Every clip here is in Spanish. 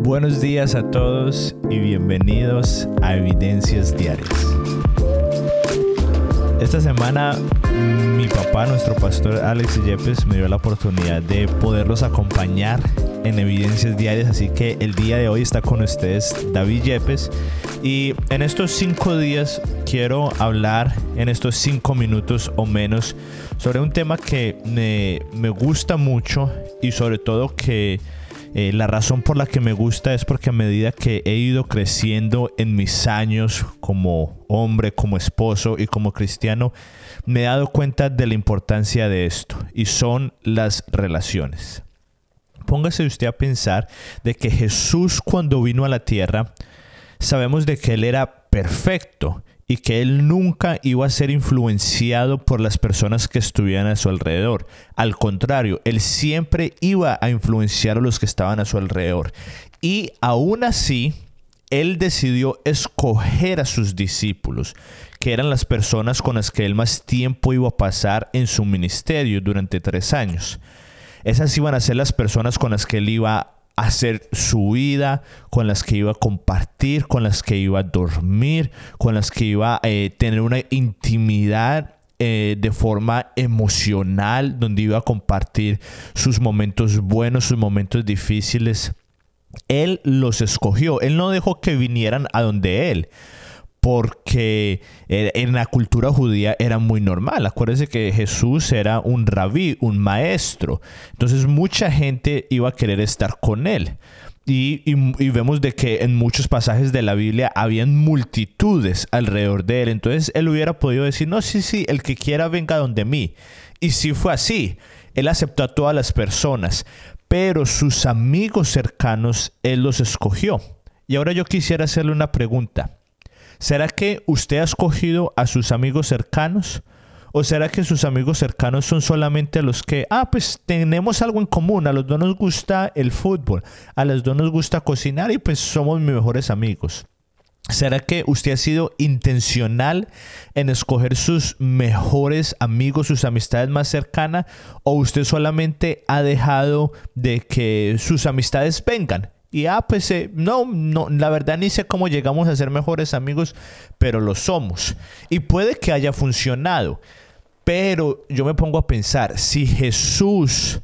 Buenos días a todos y bienvenidos a Evidencias Diarias. Esta semana mi papá, nuestro pastor Alex Yepes, me dio la oportunidad de poderlos acompañar en Evidencias Diarias, así que el día de hoy está con ustedes David Yepes y en estos 5 días quiero hablar en estos 5 minutos o menos sobre un tema que me gusta mucho y sobre todo que la razón por la que me gusta es porque a medida que he ido creciendo en mis años como hombre, como esposo y como cristiano, me he dado cuenta de la importancia de esto y son las relaciones. Póngase usted a pensar de que Jesús, cuando vino a la tierra, sabemos de que Él era perfecto y que Él nunca iba a ser influenciado por las personas que estuvieran a su alrededor. Al contrario, Él siempre iba a influenciar a los que estaban a su alrededor. Y aún así, Él decidió escoger a sus discípulos, que eran las personas con las que Él más tiempo iba a pasar en su ministerio durante 3 años. Esas iban a ser las personas con las que Él iba a hacer su vida, con las que iba a compartir, con las que iba a dormir, con las que iba a tener una intimidad de forma emocional, donde iba a compartir sus momentos buenos, sus momentos difíciles. Él los escogió. Él no dejó que vinieran a donde Él, porque en la cultura judía era muy normal. Acuérdense que Jesús era un rabí, un maestro. Entonces mucha gente iba a querer estar con Él. Y vemos de que en muchos pasajes de la Biblia habían multitudes alrededor de Él. Entonces Él hubiera podido decir, no, sí, el que quiera venga donde mí. Y sí fue así. Él aceptó a todas las personas, pero sus amigos cercanos Él los escogió. Y ahora yo quisiera hacerle una pregunta. ¿Será que usted ha escogido a sus amigos cercanos? ¿O será que sus amigos cercanos son solamente los que, pues tenemos algo en común, a los dos nos gusta el fútbol, a los dos nos gusta cocinar y pues somos mis mejores amigos? ¿Será que usted ha sido intencional en escoger sus mejores amigos, sus amistades más cercanas? ¿O usted solamente ha dejado de que sus amistades vengan? Y no, la verdad ni sé cómo llegamos a ser mejores amigos, pero lo somos. Y puede que haya funcionado, pero yo me pongo a pensar, si Jesús,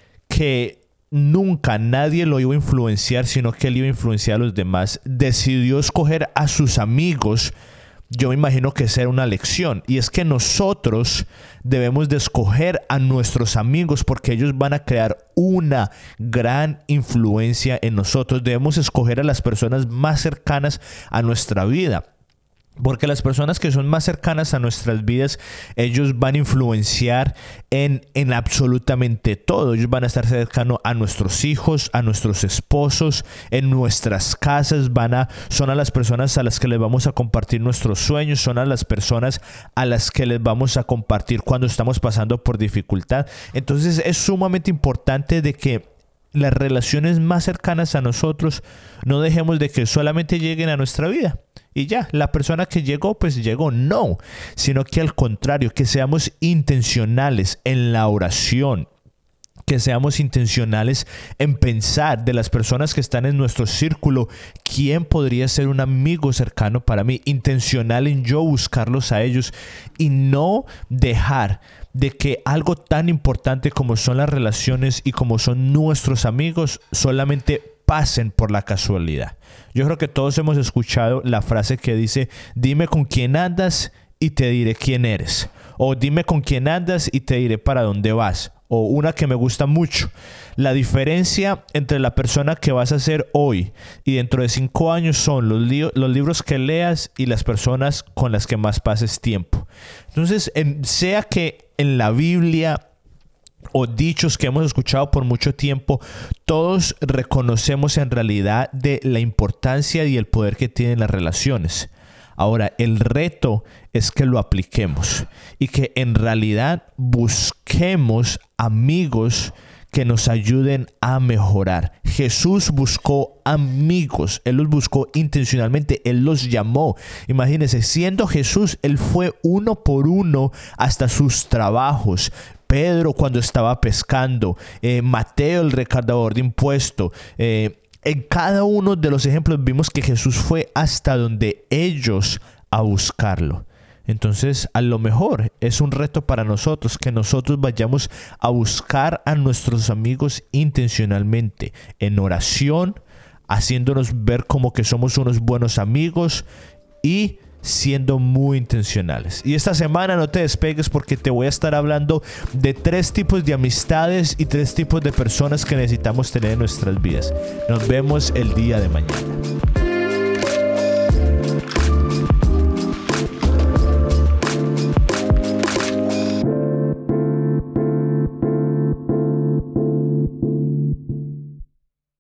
que nunca nadie lo iba a influenciar, sino que Él iba a influenciar a los demás, decidió escoger a sus amigos, yo me imagino que esa era una lección. Y es que nosotros debemos de escoger a nuestros amigos porque ellos van a crear una gran influencia en nosotros. Debemos escoger a las personas más cercanas a nuestra vida. Porque las personas que son más cercanas a nuestras vidas, ellos van a influenciar en absolutamente todo. Ellos van a estar cercanos a nuestros hijos, a nuestros esposos, en nuestras casas. Son a las personas a las que les vamos a compartir nuestros sueños. Son a las personas a las que les vamos a compartir cuando estamos pasando por dificultad. Entonces es sumamente importante de que las relaciones más cercanas a nosotros no dejemos de que solamente lleguen a nuestra vida. Y ya, la persona que llegó, pues llegó. No, sino que al contrario, que seamos intencionales en la oración, que seamos intencionales en pensar de las personas que están en nuestro círculo, quién podría ser un amigo cercano para mí, intencional en yo buscarlos a ellos y no dejar de que algo tan importante como son las relaciones y como son nuestros amigos solamente pasen por la casualidad. Yo creo que todos hemos escuchado la frase que dice, dime con quién andas y te diré quién eres. O dime con quién andas y te diré para dónde vas. O una que me gusta mucho, la diferencia entre la persona que vas a ser hoy y dentro de 5 años son los libros que leas y las personas con las que más pases tiempo. Entonces, sea que en la Biblia o dichos que hemos escuchado por mucho tiempo, todos reconocemos en realidad de la importancia y el poder que tienen las relaciones. Ahora, el reto es que lo apliquemos y que en realidad busquemos amigos que nos ayuden a mejorar. Jesús buscó amigos, Él los buscó intencionalmente, Él los llamó. Imagínense, siendo Jesús, Él fue uno por uno hasta sus trabajos. Pedro cuando estaba pescando, Mateo el recaudador de impuestos, En cada uno de los ejemplos vimos que Jesús fue hasta donde ellos a buscarlo. Entonces, a lo mejor es un reto para nosotros que nosotros vayamos a buscar a nuestros amigos intencionalmente, en oración, haciéndonos ver como que somos unos buenos amigos y siendo muy intencionales. Y esta semana no te despegues porque te voy a estar hablando de 3 tipos de amistades y 3 tipos de personas que necesitamos tener en nuestras vidas. Nos vemos el día de mañana.